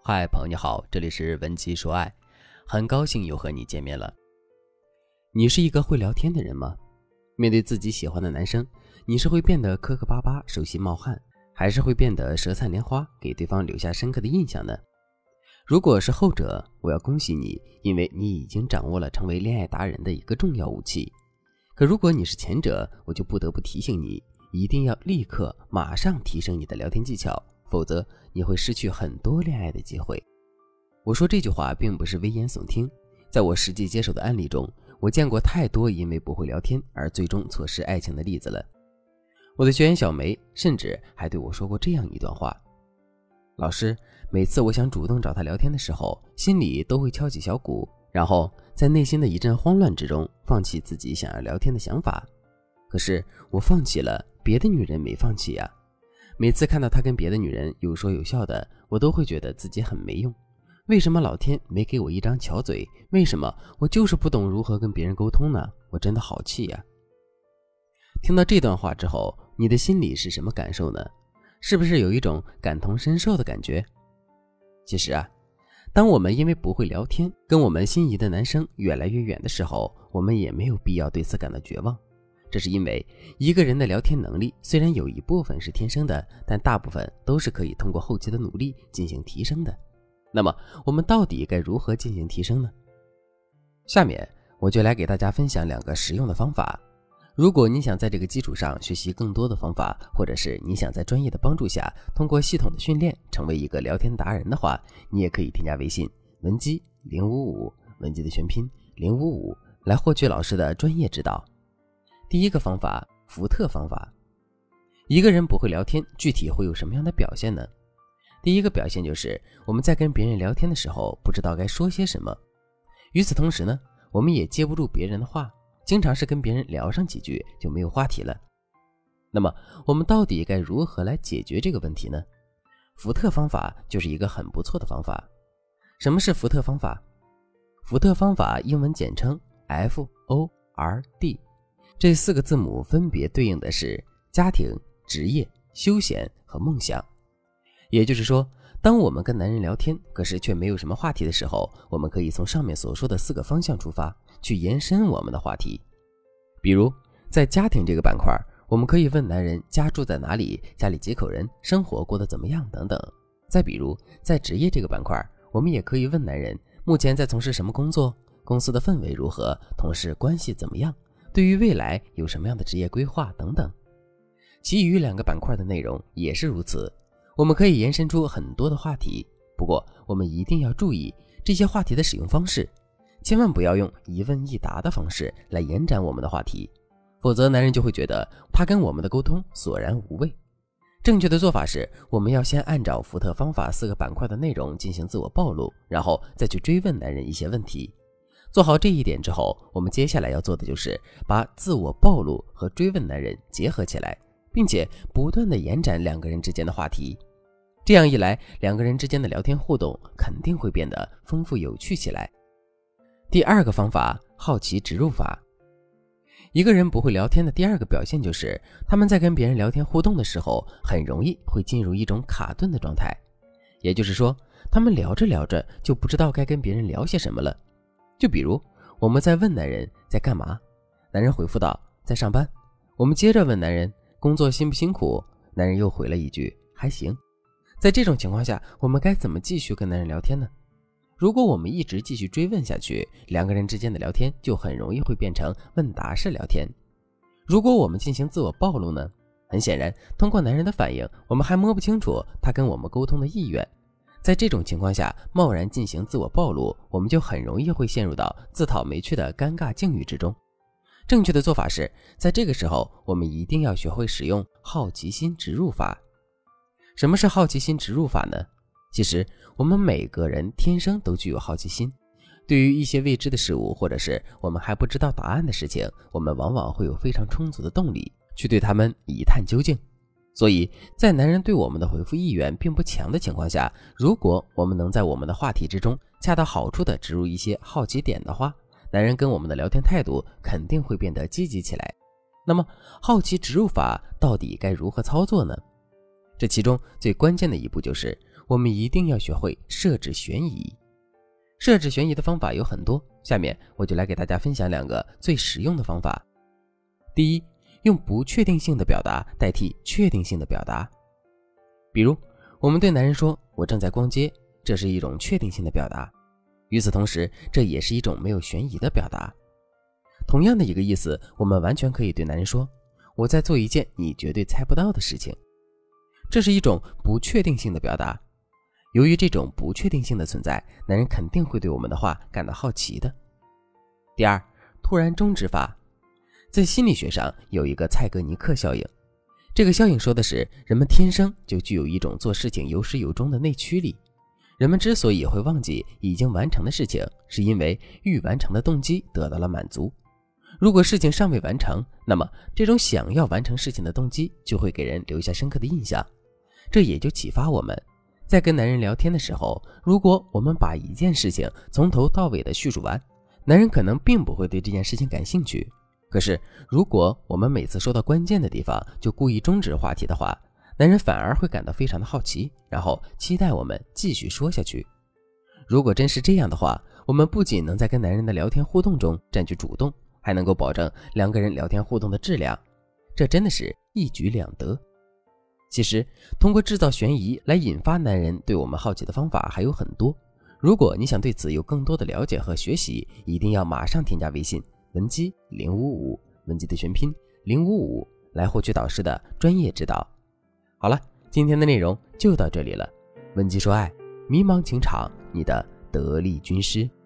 嗨，朋友你好，这里是文姬说爱，很高兴又和你见面了。你是一个会聊天的人吗？面对自己喜欢的男生，你是会变得磕磕巴巴、手心冒汗，还是会变得舌灿莲花，给对方留下深刻的印象呢？如果是后者，我要恭喜你，因为你已经掌握了成为恋爱达人的一个重要武器。可如果你是前者，我就不得不提醒你，一定要立刻马上提升你的聊天技巧，否则你会失去很多恋爱的机会。我说这句话并不是危言耸听，在我实际接手的案例中，我见过太多因为不会聊天而最终错失爱情的例子了。我的学员小梅甚至还对我说过这样一段话：老师，每次我想主动找他聊天的时候，心里都会敲起小鼓，然后在内心的一阵慌乱之中放弃自己想要聊天的想法。可是我放弃了，别的女人没放弃呀。每次看到他跟别的女人有说有笑的，我都会觉得自己很没用。为什么老天没给我一张巧嘴？为什么我就是不懂如何跟别人沟通呢？我真的好气呀。听到这段话之后，你的心里是什么感受呢？是不是有一种感同身受的感觉？其实啊，当我们因为不会聊天，跟我们心仪的男生越来越远的时候，我们也没有必要对此感到绝望。这是因为一个人的聊天能力虽然有一部分是天生的，但大部分都是可以通过后期的努力进行提升的。那么我们到底该如何进行提升呢？下面我就来给大家分享2个实用的方法。如果你想在这个基础上学习更多的方法，或者是你想在专业的帮助下通过系统的训练成为一个聊天达人的话，你也可以添加微信文姬055，文姬的全拼055，来获取老师的专业指导。第一个方法，福特方法。一个人不会聊天，具体会有什么样的表现呢？第一个表现就是我们在跟别人聊天的时候不知道该说些什么。与此同时呢，我们也接不住别人的话，经常是跟别人聊上几句就没有话题了。那么我们到底该如何来解决这个问题呢？福特方法就是一个很不错的方法。什么是福特方法？福特方法英文简称 FORD， 这4个字母分别对应的是家庭、职业、休闲和梦想。也就是说，当我们跟男人聊天，可是却没有什么话题的时候，我们可以从上面所说的4个方向出发，去延伸我们的话题。比如在家庭这个板块，我们可以问男人家住在哪里，家里几口人，生活过得怎么样等等。再比如在职业这个板块，我们也可以问男人目前在从事什么工作，公司的氛围如何，同事关系怎么样，对于未来有什么样的职业规划等等。其余2个板块的内容也是如此，我们可以延伸出很多的话题，不过我们一定要注意这些话题的使用方式，千万不要用一问一答的方式来延展我们的话题，否则男人就会觉得他跟我们的沟通索然无味。正确的做法是，我们要先按照福特方法4个板块的内容进行自我暴露，然后再去追问男人一些问题。做好这一点之后，我们接下来要做的就是把自我暴露和追问男人结合起来，并且不断的延展2个人之间的话题。这样一来，2个人之间的聊天互动肯定会变得丰富有趣起来。第2个方法，好奇植入法。一个人不会聊天的第2个表现就是他们在跟别人聊天互动的时候，很容易会进入一种卡顿的状态。也就是说，他们聊着聊着就不知道该跟别人聊些什么了。就比如我们在问男人在干嘛，男人回复道在上班，我们接着问男人工作辛不辛苦，男人又回了一句还行。在这种情况下，我们该怎么继续跟男人聊天呢？如果我们一直继续追问下去，2个人之间的聊天就很容易会变成问答式聊天。如果我们进行自我暴露呢？很显然，通过男人的反应，我们还摸不清楚他跟我们沟通的意愿。在这种情况下，贸然进行自我暴露，我们就很容易会陷入到自讨没趣的尴尬境遇之中。正确的做法是，在这个时候，我们一定要学会使用好奇心植入法。什么是好奇心植入法呢？其实我们每个人天生都具有好奇心，对于一些未知的事物，或者是我们还不知道答案的事情，我们往往会有非常充足的动力去对他们一探究竟。所以在男人对我们的回复意愿并不强的情况下，如果我们能在我们的话题之中恰到好处地植入一些好奇点的话，男人跟我们的聊天态度肯定会变得积极起来。那么好奇植入法到底该如何操作呢？这其中最关键的一步就是我们一定要学会设置悬疑。设置悬疑的方法有很多，下面我就来给大家分享2个最实用的方法。第一，用不确定性的表达代替确定性的表达。比如，我们对男人说我正在逛街，这是一种确定性的表达，与此同时，这也是一种没有悬疑的表达。同样的一个意思，我们完全可以对男人说我在做一件你绝对猜不到的事情，这是一种不确定性的表达。由于这种不确定性的存在，男人肯定会对我们的话感到好奇的。第二，突然终止法。在心理学上有一个蔡格尼克效应，这个效应说的是人们天生就具有一种做事情有始有终的内驱力。人们之所以会忘记已经完成的事情，是因为欲完成的动机得到了满足。如果事情尚未完成，那么这种想要完成事情的动机就会给人留下深刻的印象。这也就启发我们，在跟男人聊天的时候，如果我们把一件事情从头到尾的叙述完，男人可能并不会对这件事情感兴趣。可是如果我们每次说到关键的地方就故意终止话题的话，男人反而会感到非常的好奇，然后期待我们继续说下去。如果真是这样的话，我们不仅能在跟男人的聊天互动中占据主动，还能够保证2个人聊天互动的质量，这真的是一举两得。其实通过制造悬疑来引发男人对我们好奇的方法还有很多，如果你想对此有更多的了解和学习，一定要马上添加微信文姬055，文姬的全拼055，来获取导师的专业指导。好了，今天的内容就到这里了。文姬说爱，迷茫情场，你的得力军师。